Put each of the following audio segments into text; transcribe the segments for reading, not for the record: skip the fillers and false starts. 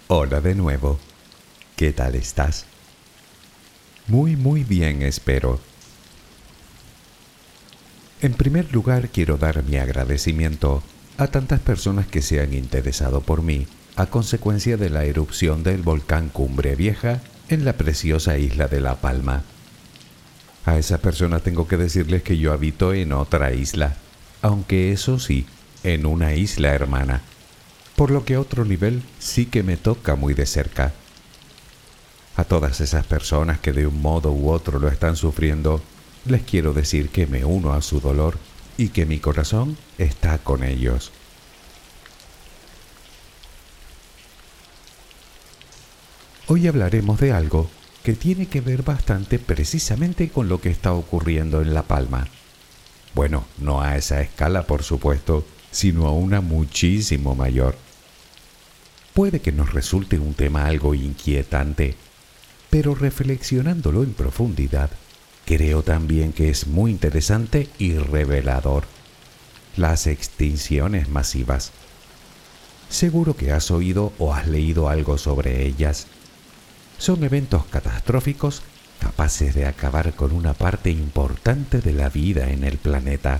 Hola de nuevo. ¿Qué tal estás? Muy bien, espero. En primer lugar, quiero dar mi agradecimiento a tantas personas que se han interesado por mí a consecuencia de la erupción del volcán Cumbre Vieja en la preciosa isla de La Palma. A esas personas tengo que decirles que yo habito en otra isla, aunque eso sí, en una isla hermana, por lo que a otro nivel sí que me toca muy de cerca. A todas esas personas que de un modo u otro lo están sufriendo, les quiero decir que me uno a su dolor y que mi corazón está con ellos. Hoy hablaremos de algo que tiene que ver bastante precisamente con lo que está ocurriendo en La Palma. Bueno, no a esa escala, por supuesto, sino a una muchísimo mayor. Puede que nos resulte un tema algo inquietante, pero reflexionándolo en profundidad, creo también que es muy interesante y revelador. Las extinciones masivas. Seguro que has oído o has leído algo sobre ellas. Son eventos catastróficos capaces de acabar con una parte importante de la vida en el planeta.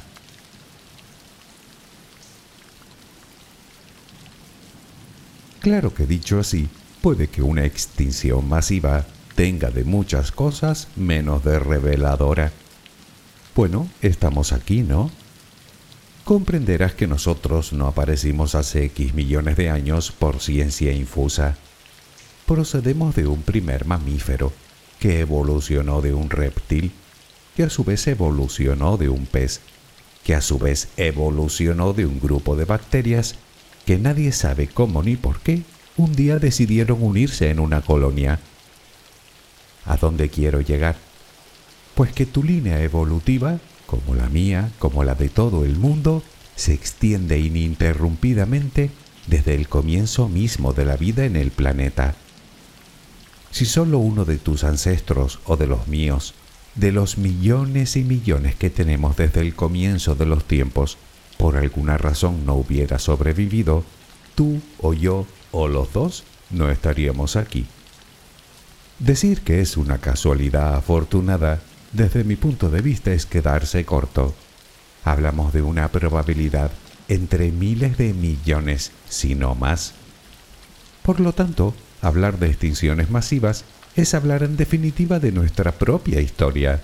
Claro que dicho así, puede que una extinción masiva tenga de muchas cosas menos de reveladora. Bueno, estamos aquí, ¿no? Comprenderás que nosotros no aparecimos hace X millones de años por ciencia infusa. Procedemos de un primer mamífero que evolucionó de un reptil, que a su vez evolucionó de un pez, que a su vez evolucionó de un grupo de bacterias que nadie sabe cómo ni por qué un día decidieron unirse en una colonia. ¿A dónde quiero llegar? Pues que tu línea evolutiva, como la mía, como la de todo el mundo, se extiende ininterrumpidamente desde el comienzo mismo de la vida en el planeta. Si solo uno de tus ancestros o de los míos, de los millones y millones que tenemos desde el comienzo de los tiempos, por alguna razón no hubiera sobrevivido, tú o yo o los dos no estaríamos aquí. Decir que es una casualidad afortunada, desde mi punto de vista, es quedarse corto. Hablamos de una probabilidad entre miles de millones, si no más. Por lo tanto, hablar de extinciones masivas es hablar en definitiva de nuestra propia historia.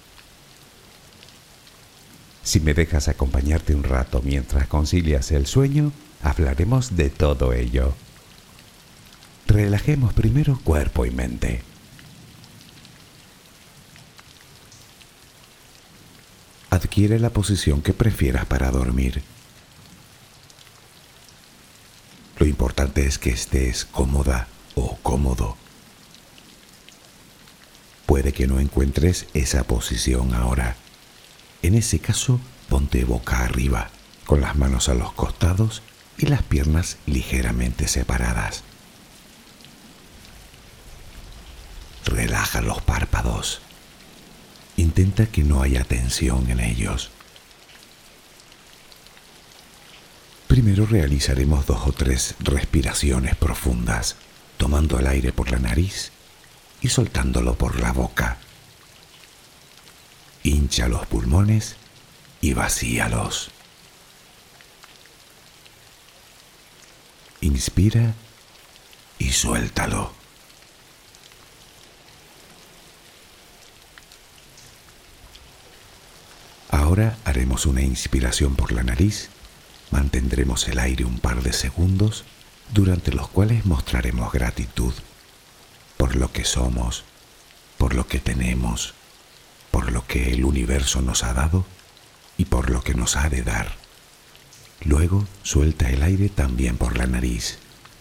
Si me dejas acompañarte un rato mientras concilias el sueño, hablaremos de todo ello. Relajemos primero cuerpo y mente. Adquiere la posición que prefieras para dormir. Lo importante es que estés cómoda o cómodo. Puede que no encuentres esa posición ahora. En ese caso, ponte boca arriba, con las manos a los costados y las piernas ligeramente separadas. Relaja los párpados. Intenta que no haya tensión en ellos. Primero realizaremos 2 o 3 respiraciones profundas, tomando el aire por la nariz y soltándolo por la boca. Hincha los pulmones y vacíalos. Inspira y suéltalo. Ahora haremos una inspiración por la nariz. Mantendremos el aire un par de segundos, durante los cuales mostraremos gratitud por lo que somos, por lo que tenemos, por lo que el universo nos ha dado y por lo que nos ha de dar. Luego suelta el aire también por la nariz.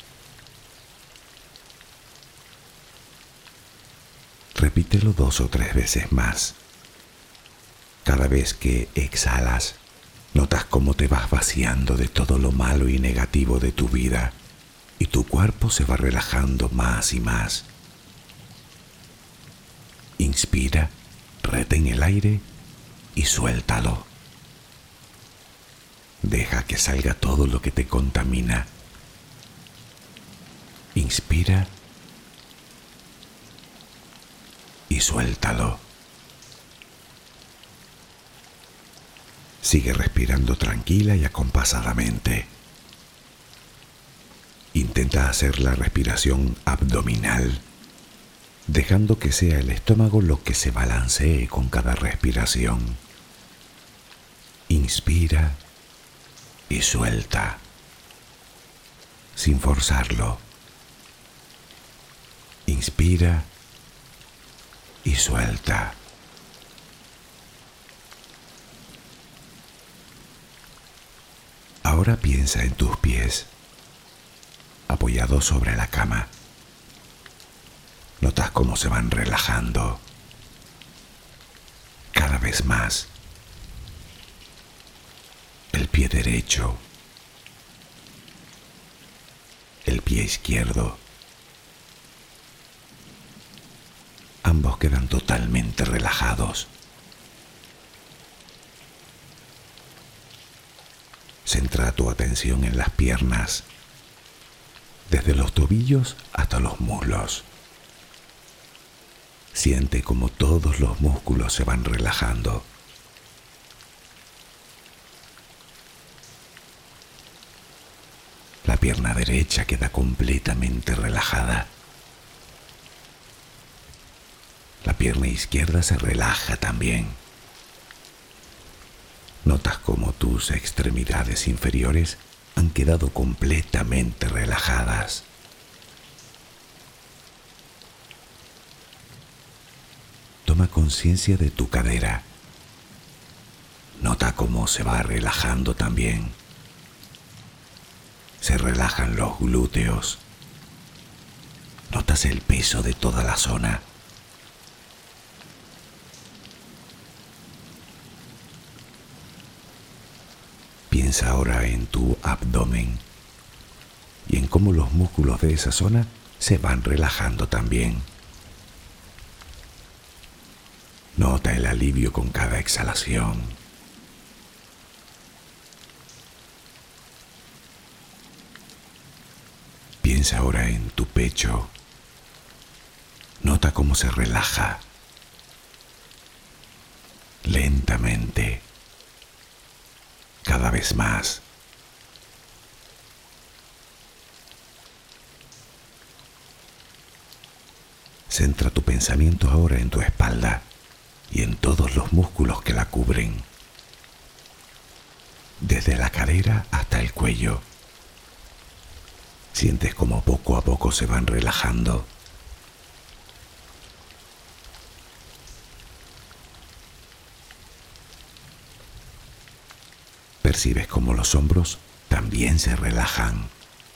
Repítelo 2 o 3 veces más. Cada vez que exhalas, notas cómo te vas vaciando de todo lo malo y negativo de tu vida y tu cuerpo se va relajando más y más. Inspira, retén el aire y suéltalo. Deja que salga todo lo que te contamina. Inspira y suéltalo. Sigue respirando tranquila y acompasadamente. Intenta hacer la respiración abdominal, dejando que sea el estómago lo que se balancee con cada respiración. Inspira y suelta, sin forzarlo. Inspira y suelta. Ahora piensa en tus pies, apoyados sobre la cama. Notas cómo se van relajando cada vez más. El pie derecho, el pie izquierdo. Ambos quedan totalmente relajados. Centra tu atención en las piernas, desde los tobillos hasta los muslos. Siente como todos los músculos se van relajando. La pierna derecha queda completamente relajada. La pierna izquierda se relaja también. Notas como tus extremidades inferiores han quedado completamente relajadas. Toma conciencia de tu cadera. Nota cómo se va relajando también. Se relajan los glúteos. Notas el peso de toda la zona. Piensa ahora en tu abdomen y en cómo los músculos de esa zona se van relajando también. Nota el alivio con cada exhalación. Piensa ahora en tu pecho. Nota cómo se relaja lentamente. Cada vez más. Centra tu pensamiento ahora en tu espalda y en todos los músculos que la cubren, desde la cadera hasta el cuello. Sientes como poco a poco se van relajando. Percibes como los hombros también se relajan.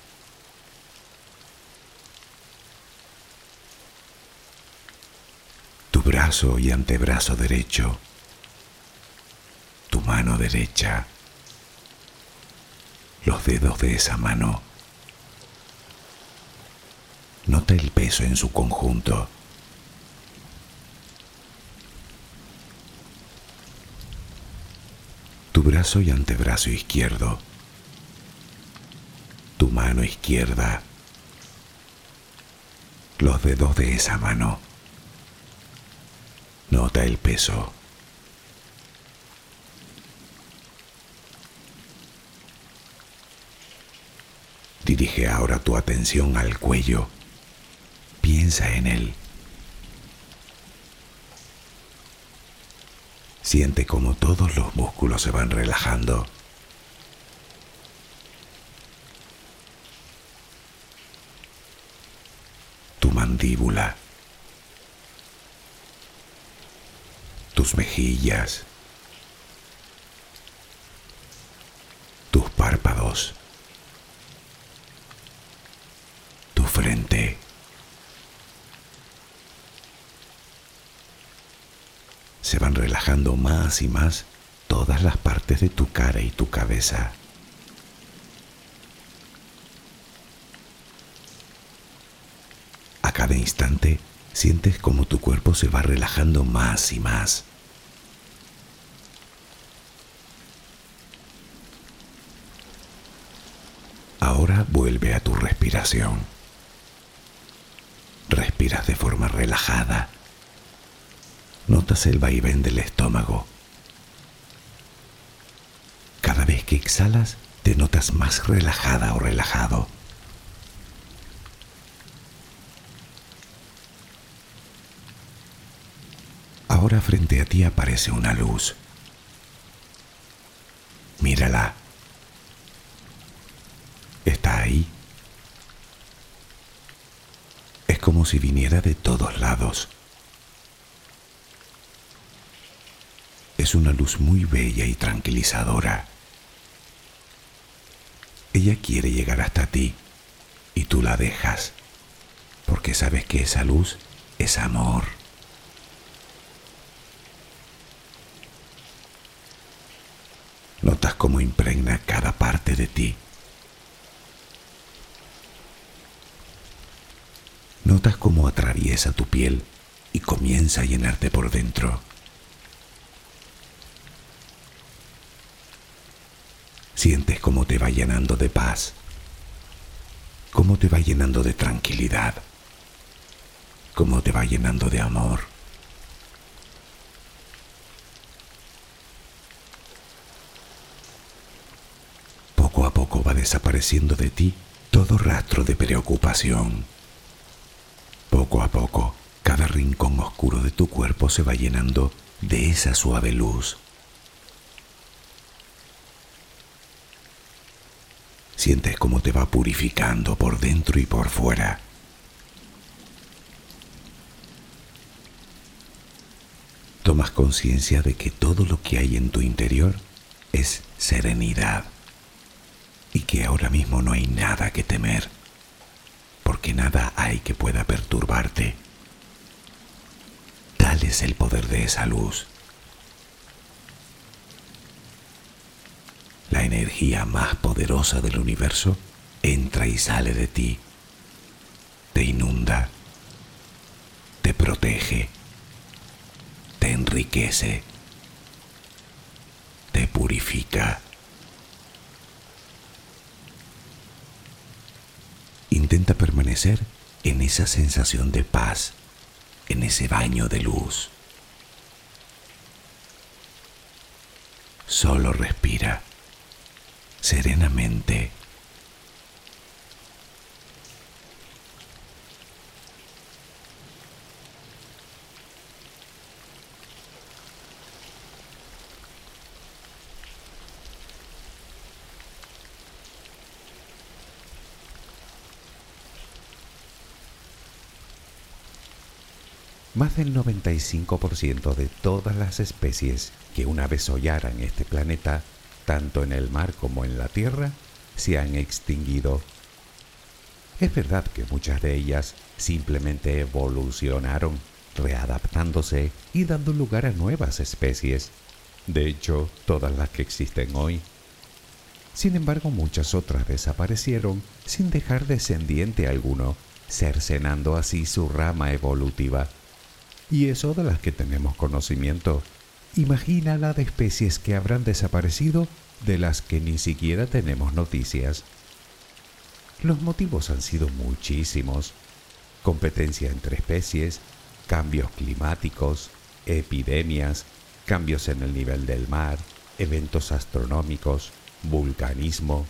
Tu brazo y antebrazo derecho, tu mano derecha, los dedos de esa mano. Nota el peso en su conjunto. Tu brazo y antebrazo izquierdo, tu mano izquierda, los dedos de esa mano. Nota el peso. Dirige ahora tu atención al cuello. Piensa en él. Siente como todos los músculos se van relajando. Tu mandíbula, tus mejillas, tus párpados, tu frente. Se van relajando más y más todas las partes de tu cara y tu cabeza. A cada instante sientes como tu cuerpo se va relajando más y más. Ahora vuelve a tu respiración. respiras de forma relajada. Notas el vaivén del estómago. Cada vez que exhalas, te notas más relajada o relajado. Ahora frente a ti aparece una luz. Mírala. Está ahí. Es como si viniera de todos lados. Es una luz muy bella y tranquilizadora. Ella quiere llegar hasta ti y tú la dejas, porque sabes que esa luz es amor. Notas cómo impregna cada parte de ti. Notas cómo atraviesa tu piel y comienza a llenarte por dentro. Sientes cómo te va llenando de paz, cómo te va llenando de tranquilidad, cómo te va llenando de amor. Poco a poco va desapareciendo de ti todo rastro de preocupación. Poco a poco, cada rincón oscuro de tu cuerpo se va llenando de esa suave luz. Sientes cómo te va purificando por dentro y por fuera. Tomas conciencia de que todo lo que hay en tu interior es serenidad y que ahora mismo no hay nada que temer, porque nada hay que pueda perturbarte. Tal es el poder de esa luz. La energía más poderosa del universo entra y sale de ti, te inunda, te protege, te enriquece, te purifica. Intenta permanecer en esa sensación de paz, en ese baño de luz. Solo respira serenamente. Más del 95% de todas las especies que una vez hollaran este planeta, tanto en el mar como en la tierra, se han extinguido. Es verdad que muchas de ellas simplemente evolucionaron, readaptándose y dando lugar a nuevas especies. De hecho, todas las que existen hoy. Sin embargo, muchas otras desaparecieron sin dejar descendiente alguno, cercenando así su rama evolutiva. Y eso de las que tenemos conocimiento. Imagina la de especies que habrán desaparecido de las que ni siquiera tenemos noticias. Los motivos han sido muchísimos. Competencia entre especies, cambios climáticos, epidemias, cambios en el nivel del mar, eventos astronómicos, vulcanismo.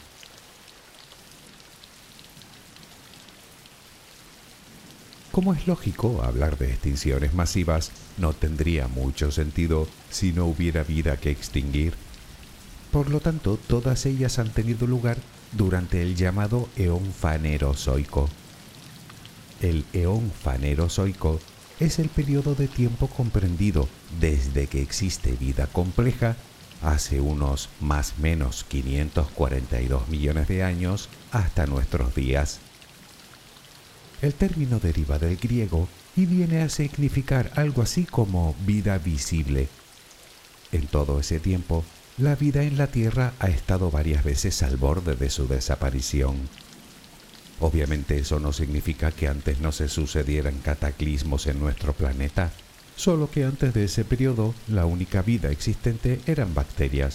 Como es lógico, hablar de extinciones masivas no tendría mucho sentido si no hubiera vida que extinguir. Por lo tanto, todas ellas han tenido lugar durante el llamado eón fanerozoico. El eón fanerozoico es el periodo de tiempo comprendido desde que existe vida compleja, hace unos más o menos 542 millones de años, hasta nuestros días. El término deriva del griego y viene a significar algo así como vida visible. En todo ese tiempo, la vida en la Tierra ha estado varias veces al borde de su desaparición. Obviamente eso no significa que antes no se sucedieran cataclismos en nuestro planeta, solo que antes de ese periodo la única vida existente eran bacterias.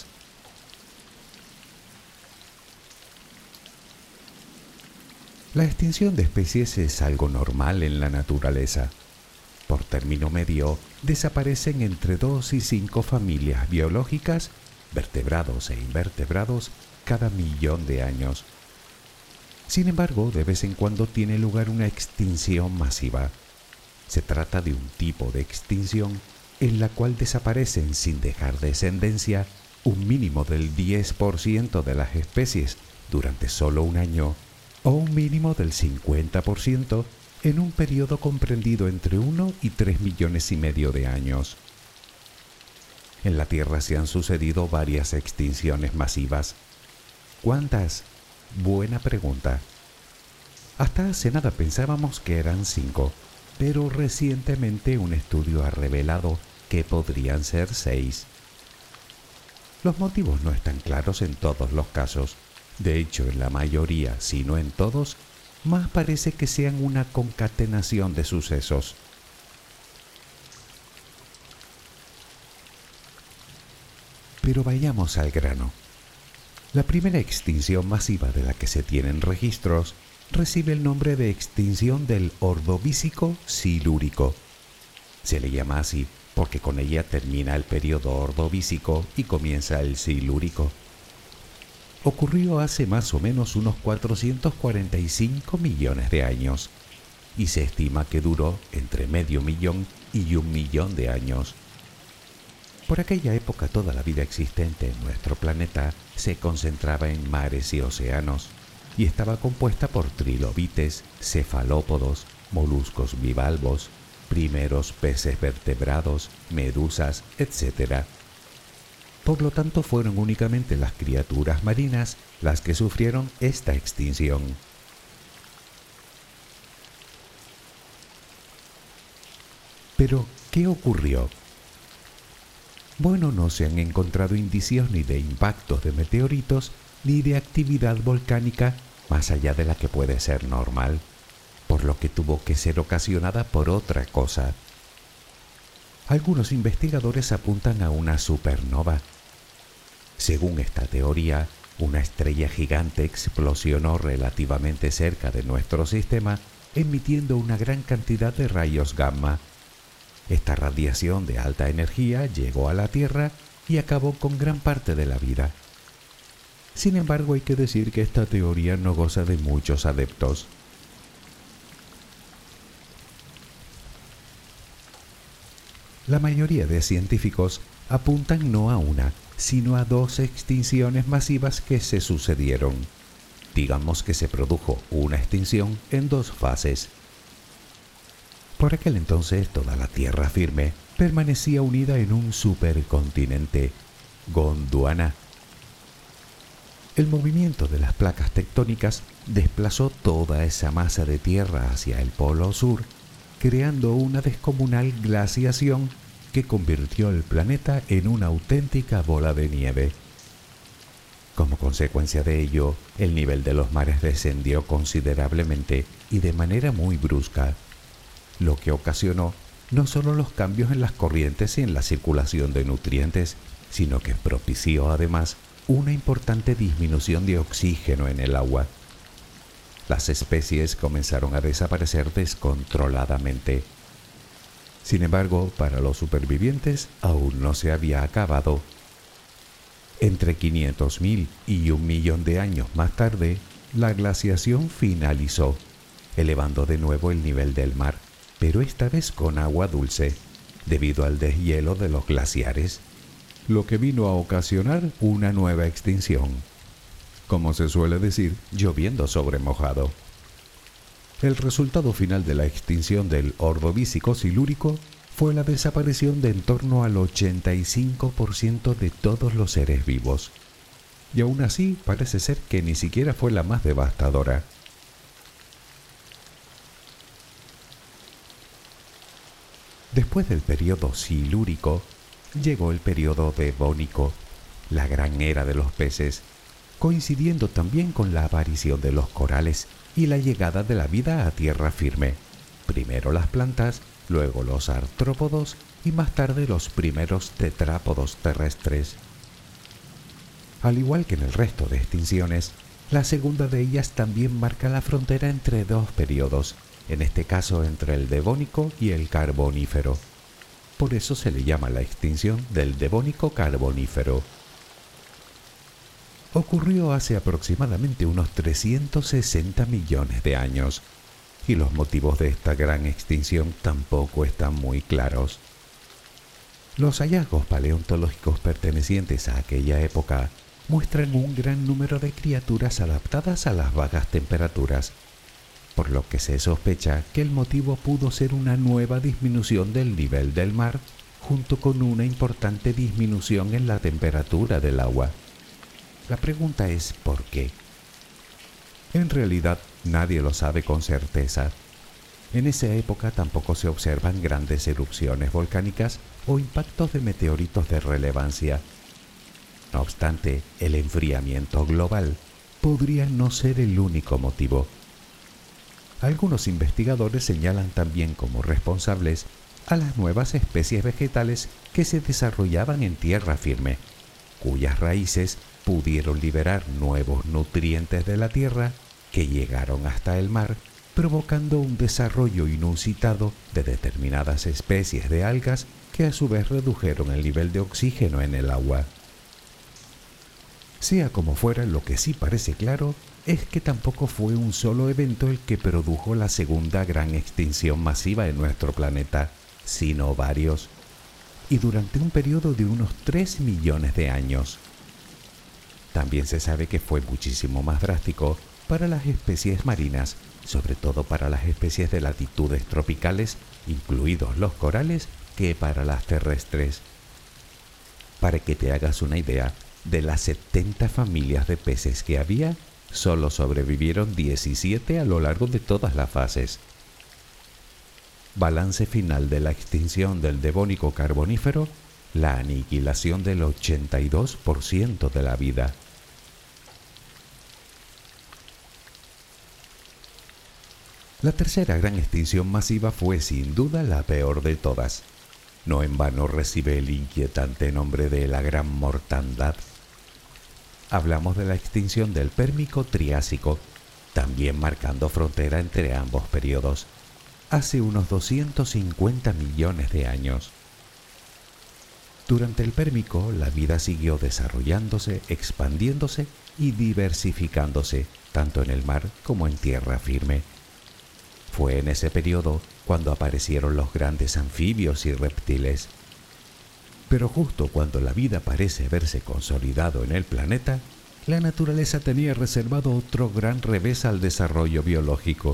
La extinción de especies es algo normal en la naturaleza. Por término medio, desaparecen entre 2 y 5 familias biológicas, vertebrados e invertebrados, cada millón de años. Sin embargo, de vez en cuando tiene lugar una extinción masiva. Se trata de un tipo de extinción en la cual desaparecen sin dejar descendencia un mínimo del 10% de las especies durante solo un año o un mínimo del 50% en un periodo comprendido entre 1 y 3 millones y medio de años. En la Tierra se han sucedido varias extinciones masivas. ¿Cuántas? Buena pregunta. Hasta hace nada pensábamos que eran 5, pero recientemente un estudio ha revelado que podrían ser 6. Los motivos no están claros en todos los casos. De hecho, en la mayoría, si no en todos, más parece que sean una concatenación de sucesos. Pero vayamos al grano. La primera extinción masiva de la que se tienen registros recibe el nombre de extinción del Ordovícico silúrico. Se le llama así porque con ella termina el periodo Ordovícico y comienza el Silúrico. Ocurrió hace más o menos unos 445 millones de años y se estima que duró entre medio millón y 1 millón de años. Por aquella época toda la vida existente en nuestro planeta se concentraba en mares y océanos y estaba compuesta por trilobites, cefalópodos, moluscos bivalvos, primeros peces vertebrados, medusas, etc. Por lo tanto, fueron únicamente las criaturas marinas las que sufrieron esta extinción. Pero, ¿qué ocurrió? Bueno, no se han encontrado indicios ni de impactos de meteoritos ni de actividad volcánica más allá de la que puede ser normal, por lo que tuvo que ser ocasionada por otra cosa. Algunos investigadores apuntan a una supernova. Según esta teoría, una estrella gigante explosionó relativamente cerca de nuestro sistema, emitiendo una gran cantidad de rayos gamma. Esta radiación de alta energía llegó a la Tierra y acabó con gran parte de la vida. Sin embargo, hay que decir que esta teoría no goza de muchos adeptos. La mayoría de científicos apuntan no a una, sino a 2 extinciones masivas que se sucedieron. Digamos que se produjo una extinción en 2 fases. Por aquel entonces toda la tierra firme permanecía unida en un supercontinente, Gondwana. El movimiento de las placas tectónicas desplazó toda esa masa de tierra hacia el polo sur, creando una descomunal glaciación que convirtió el planeta en una auténtica bola de nieve. Como consecuencia de ello, el nivel de los mares descendió considerablemente y de manera muy brusca, lo que ocasionó no solo los cambios en las corrientes y en la circulación de nutrientes, sino que propició además una importante disminución de oxígeno en el agua. Las especies comenzaron a desaparecer descontroladamente. Sin embargo, para los supervivientes aún no se había acabado. Entre 500.000 y 1 millón de años más tarde, la glaciación finalizó, elevando de nuevo el nivel del mar, pero esta vez con agua dulce, debido al deshielo de los glaciares, lo que vino a ocasionar una nueva extinción. Como se suele decir, lloviendo sobre mojado. El resultado final de la extinción del Ordovícico silúrico fue la desaparición de en torno al 85% de todos los seres vivos. Y aún así parece ser que ni siquiera fue la más devastadora. Después del periodo silúrico, llegó el periodo devónico, la gran era de los peces, coincidiendo también con la aparición de los corales y la llegada de la vida a tierra firme. Primero las plantas, luego los artrópodos y más tarde los primeros tetrápodos terrestres. Al igual que en el resto de extinciones, La segunda de ellas también marca la frontera entre dos periodos, en este caso entre el Devónico y el Carbonífero. Por eso se le llama la extinción del Devónico-Carbonífero. Ocurrió hace aproximadamente unos 360 millones de años, y los motivos de esta gran extinción tampoco están muy claros. Los hallazgos paleontológicos pertenecientes a aquella época muestran un gran número de criaturas adaptadas a las bajas temperaturas, por lo que se sospecha que el motivo pudo ser una nueva disminución del nivel del mar, junto con una importante disminución en la temperatura del agua. La pregunta es ¿por qué? En realidad nadie lo sabe con certeza. En esa época tampoco se observan grandes erupciones volcánicas o impactos de meteoritos de relevancia. No obstante, el enfriamiento global podría no ser el único motivo. Algunos investigadores señalan también como responsables a las nuevas especies vegetales que se desarrollaban en tierra firme, cuyas raíces pudieron liberar nuevos nutrientes de la tierra que llegaron hasta el mar, provocando un desarrollo inusitado de determinadas especies de algas que a su vez redujeron el nivel de oxígeno en el agua. Sea como fuera, lo que sí parece claro es que tampoco fue un solo evento el que produjo la segunda gran extinción masiva en nuestro planeta, sino varios, y durante un periodo de unos 3 millones de años. También se sabe que fue muchísimo más drástico para las especies marinas, sobre todo para las especies de latitudes tropicales, incluidos los corales, que para las terrestres. Para que te hagas una idea, de las 70 familias de peces que había, solo sobrevivieron 17 a lo largo de todas las fases. Balance final de la extinción del Devónico Carbonífero: la aniquilación del 82% de la vida. La tercera gran extinción masiva fue sin duda la peor de todas. No en vano recibe el inquietante nombre de la Gran Mortandad. Hablamos de la extinción del Pérmico-Triásico, también marcando frontera entre ambos periodos, hace unos 250 millones de años. Durante el Pérmico, la vida siguió desarrollándose, expandiéndose y diversificándose, tanto en el mar como en tierra firme. Fue en ese periodo cuando aparecieron los grandes anfibios y reptiles. Pero justo cuando la vida parece haberse consolidado en el planeta, la naturaleza tenía reservado otro gran revés al desarrollo biológico.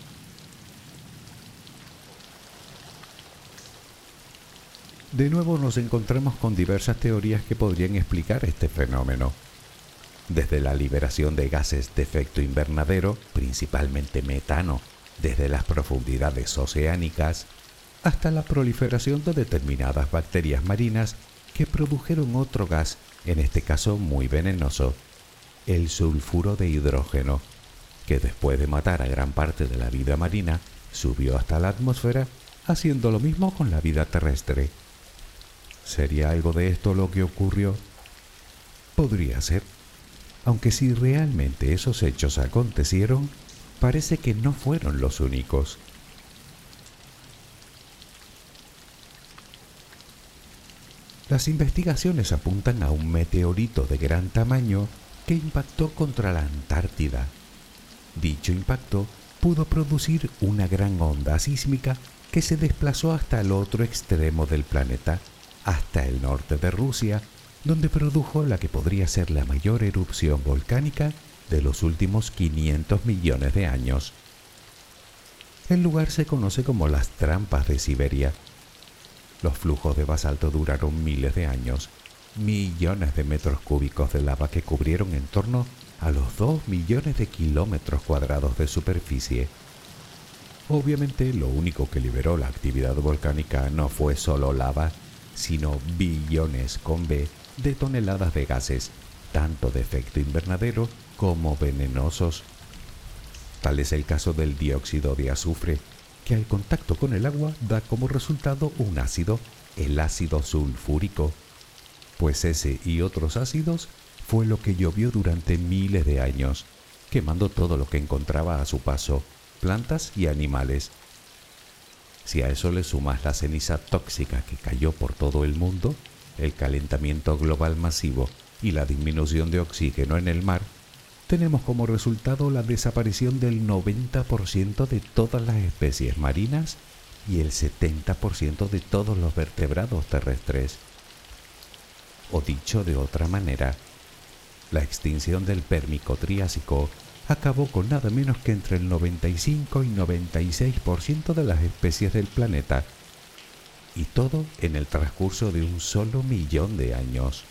De nuevo nos encontramos con diversas teorías que podrían explicar este fenómeno. Desde la liberación de gases de efecto invernadero, principalmente metano, desde las profundidades oceánicas, hasta la proliferación de determinadas bacterias marinas que produjeron otro gas, en este caso muy venenoso, el sulfuro de hidrógeno, que después de matar a gran parte de la vida marina, subió hasta la atmósfera, haciendo lo mismo con la vida terrestre. ¿Sería algo de esto lo que ocurrió? Podría ser, aunque si realmente esos hechos acontecieron, parece que no fueron los únicos. Las investigaciones apuntan a un meteorito de gran tamaño que impactó contra la Antártida. Dicho impacto pudo producir una gran onda sísmica que se desplazó hasta el otro extremo del planeta, hasta el norte de Rusia, donde produjo la que podría ser la mayor erupción volcánica de los últimos 500 millones de años. El lugar se conoce como las Trampas de Siberia. Los flujos de basalto duraron miles de años, millones de metros cúbicos de lava que cubrieron en torno a los 2 millones de kilómetros cuadrados de superficie. Obviamente, lo único que liberó la actividad volcánica no fue solo lava, sino billones con B de toneladas de gases, tanto de efecto invernadero como venenosos. Tal es el caso del dióxido de azufre, que al contacto con el agua da como resultado un ácido, el ácido sulfúrico. Pues ese y otros ácidos fue lo que llovió durante miles de años, quemando todo lo que encontraba a su paso, plantas y animales. Si a eso le sumas la ceniza tóxica que cayó por todo el mundo, el calentamiento global masivo y la disminución de oxígeno en el mar, tenemos como resultado la desaparición del 90% de todas las especies marinas y el 70% de todos los vertebrados terrestres. O dicho de otra manera, la extinción del Pérmico-Triásico acabó con nada menos que entre el 95 y 96% de las especies del planeta, y todo en el transcurso de un solo 1.000.000 de años.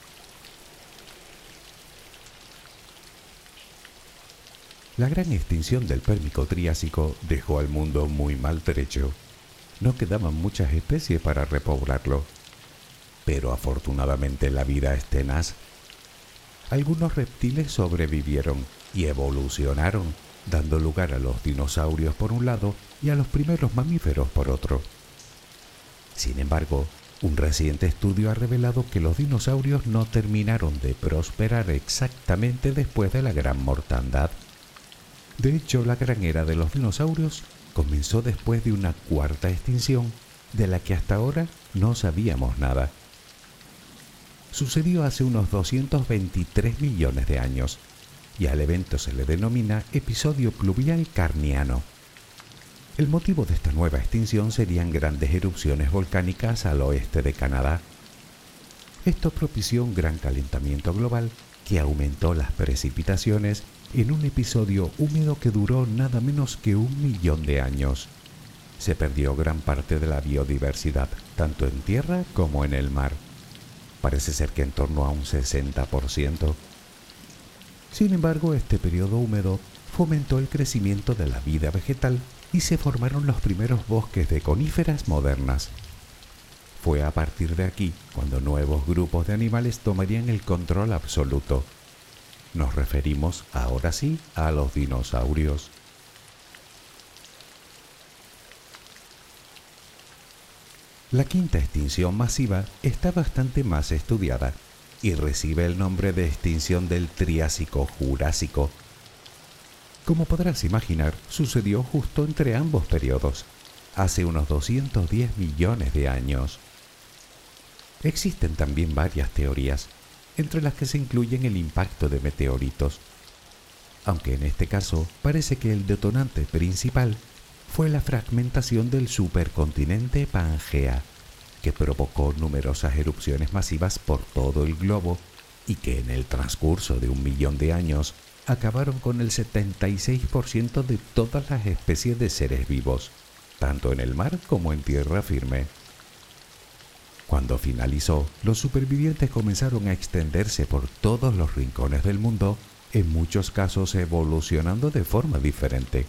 La gran extinción del Pérmico-Triásico dejó al mundo muy maltrecho. No quedaban muchas especies para repoblarlo, pero afortunadamente la vida es tenaz. Algunos reptiles sobrevivieron y evolucionaron, dando lugar a los dinosaurios por un lado y a los primeros mamíferos por otro. Sin embargo, un reciente estudio ha revelado que los dinosaurios no terminaron de prosperar exactamente después de la gran mortandad. De hecho, la gran era de los dinosaurios comenzó después de una cuarta extinción, de la que hasta ahora no sabíamos nada. Sucedió hace unos 223 millones de años, y al evento se le denomina episodio pluvial carniano. El motivo de esta nueva extinción serían grandes erupciones volcánicas al oeste de Canadá. Esto propició un gran calentamiento global que aumentó las precipitaciones en un episodio húmedo que duró nada menos que 1.000.000 de años. Se perdió gran parte de la biodiversidad, tanto en tierra como en el mar. Parece ser que en torno a un 60%. Sin embargo, este periodo húmedo fomentó el crecimiento de la vida vegetal y se formaron los primeros bosques de coníferas modernas. Fue a partir de aquí cuando nuevos grupos de animales tomarían el control absoluto. Nos referimos ahora sí a los dinosaurios. La quinta extinción masiva está bastante más estudiada y recibe el nombre de extinción del Triásico-Jurásico. Como podrás imaginar, sucedió justo entre ambos periodos, hace unos 210 millones de años. Existen también varias teorías, entre las que se incluyen el impacto de meteoritos, aunque en este caso parece que el detonante principal fue la fragmentación del supercontinente Pangea, que provocó numerosas erupciones masivas por todo el globo y que en el transcurso de 1.000.000 de años acabaron con el 76% de todas las especies de seres vivos, tanto en el mar como en tierra firme. Cuando finalizó, los supervivientes comenzaron a extenderse por todos los rincones del mundo, en muchos casos evolucionando de forma diferente.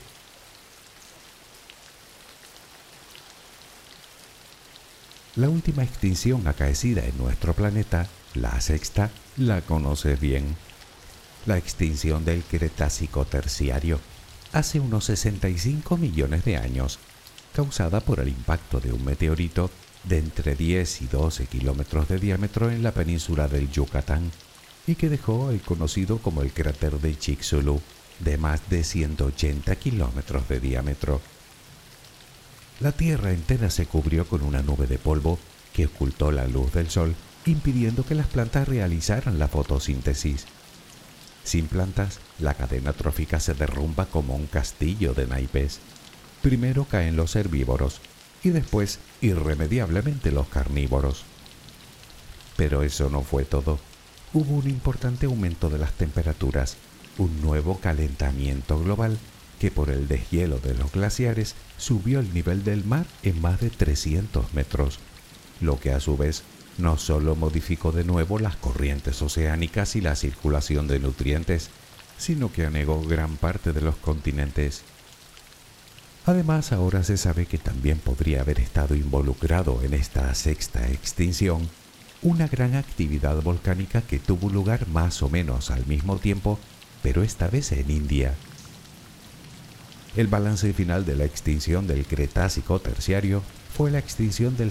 La última extinción acaecida en nuestro planeta, la sexta, la conoces bien. La extinción del Cretácico terciario, hace unos 65 millones de años, causada por el impacto de un meteorito de entre 10 y 12 kilómetros de diámetro en la península del Yucatán y que dejó el conocido como el cráter de Chicxulub, de más de 180 kilómetros de diámetro. La Tierra entera se cubrió con una nube de polvo que ocultó la luz del sol, impidiendo que las plantas realizaran la fotosíntesis. Sin plantas, la cadena trófica se derrumba como un castillo de naipes. Primero caen los herbívoros y después, irremediablemente, los carnívoros. Pero eso no fue todo. Hubo un importante aumento de las temperaturas, un nuevo calentamiento global que por el deshielo de los glaciares subió el nivel del mar en más de 300 metros, lo que a su vez no solo modificó de nuevo las corrientes oceánicas y la circulación de nutrientes, sino que anegó gran parte de los continentes. Además, ahora se sabe que también podría haber estado involucrado en esta sexta extinción una gran actividad volcánica que tuvo lugar más o menos al mismo tiempo, pero esta vez en India. El balance final de la extinción del Cretácico terciario fue la extinción del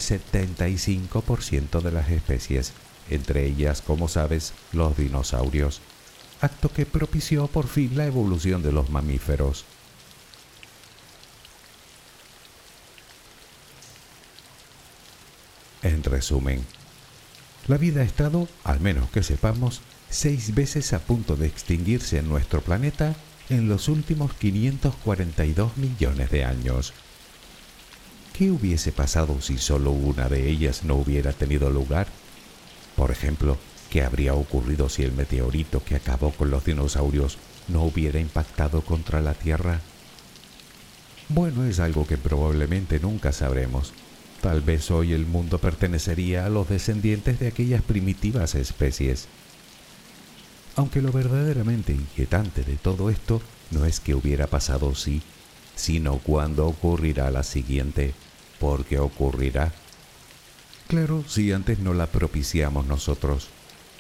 75% de las especies, entre ellas, como sabes, los dinosaurios. acto que propició por fin la evolución de los mamíferos. En resumen, la vida ha estado, al menos que sepamos, 6 veces a punto de extinguirse en nuestro planeta en los últimos 542 millones de años. ¿Qué hubiese pasado si solo una de ellas no hubiera tenido lugar? Por ejemplo, ¿qué habría ocurrido si el meteorito que acabó con los dinosaurios no hubiera impactado contra la Tierra? Bueno, es algo que probablemente nunca sabremos. Tal vez hoy el mundo pertenecería a los descendientes de aquellas primitivas especies. Aunque lo verdaderamente inquietante de todo esto no es que hubiera pasado sí, sino cuándo ocurrirá la siguiente, porque ocurrirá. Claro, si antes no la propiciamos nosotros.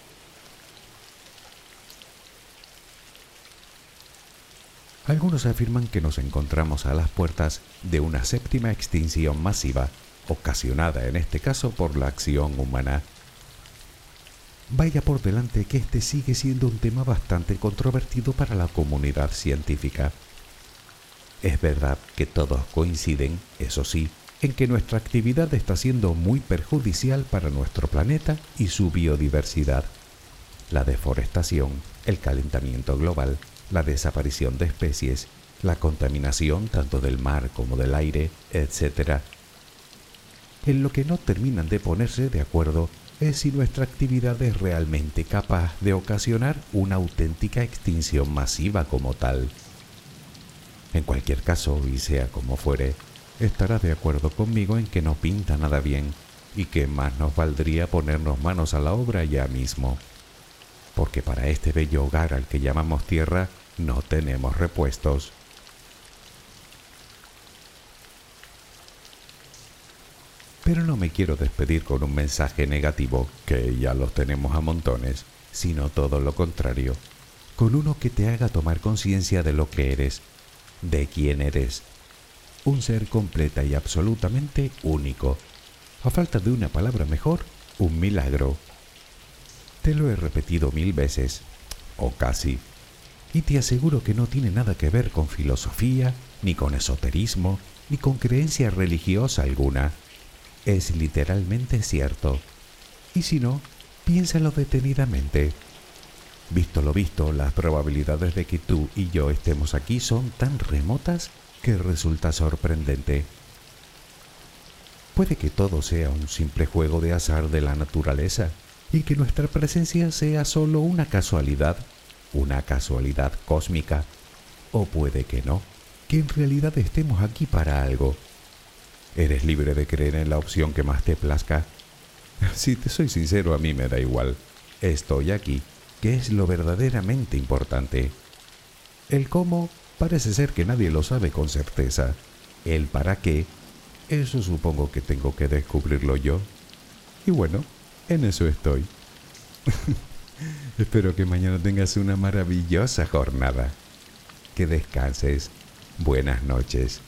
Algunos afirman que nos encontramos a las puertas de una séptima extinción masiva, ocasionada en este caso por la acción humana. Vaya por delante que este sigue siendo un tema bastante controvertido para la comunidad científica. Es verdad que todos coinciden, eso sí, en que nuestra actividad está siendo muy perjudicial para nuestro planeta y su biodiversidad. La deforestación, el calentamiento global, la desaparición de especies, la contaminación tanto del mar como del aire, etc. En lo que no terminan de ponerse de acuerdo es si nuestra actividad es realmente capaz de ocasionar una auténtica extinción masiva como tal. En cualquier caso, y sea como fuere, estará de acuerdo conmigo en que no pinta nada bien y que más nos valdría ponernos manos a la obra ya mismo. Porque para este bello hogar al que llamamos Tierra no tenemos repuestos. Pero no me quiero despedir con un mensaje negativo, que ya los tenemos a montones, sino todo lo contrario, con uno que te haga tomar conciencia de lo que eres, de quién eres. Un ser completa y absolutamente único. A falta de una palabra mejor, un milagro. Te lo he repetido 1000 veces, o casi, y te aseguro que no tiene nada que ver con filosofía, ni con esoterismo, ni con creencia religiosa alguna. Es literalmente cierto. Y si no, piénsalo detenidamente. Visto lo visto, las probabilidades de que tú y yo estemos aquí son tan remotas que resulta sorprendente. Puede que todo sea un simple juego de azar de la naturaleza y que nuestra presencia sea solo una casualidad cósmica. O puede que no, que en realidad estemos aquí para algo. Eres libre de creer en la opción que más te plazca. Si te soy sincero, a mí me da igual. Estoy aquí, que es lo verdaderamente importante. El cómo parece ser que nadie lo sabe con certeza. El para qué, eso supongo que tengo que descubrirlo yo. Y bueno, en eso estoy. Espero que mañana tengas una maravillosa jornada. Que descanses. Buenas noches.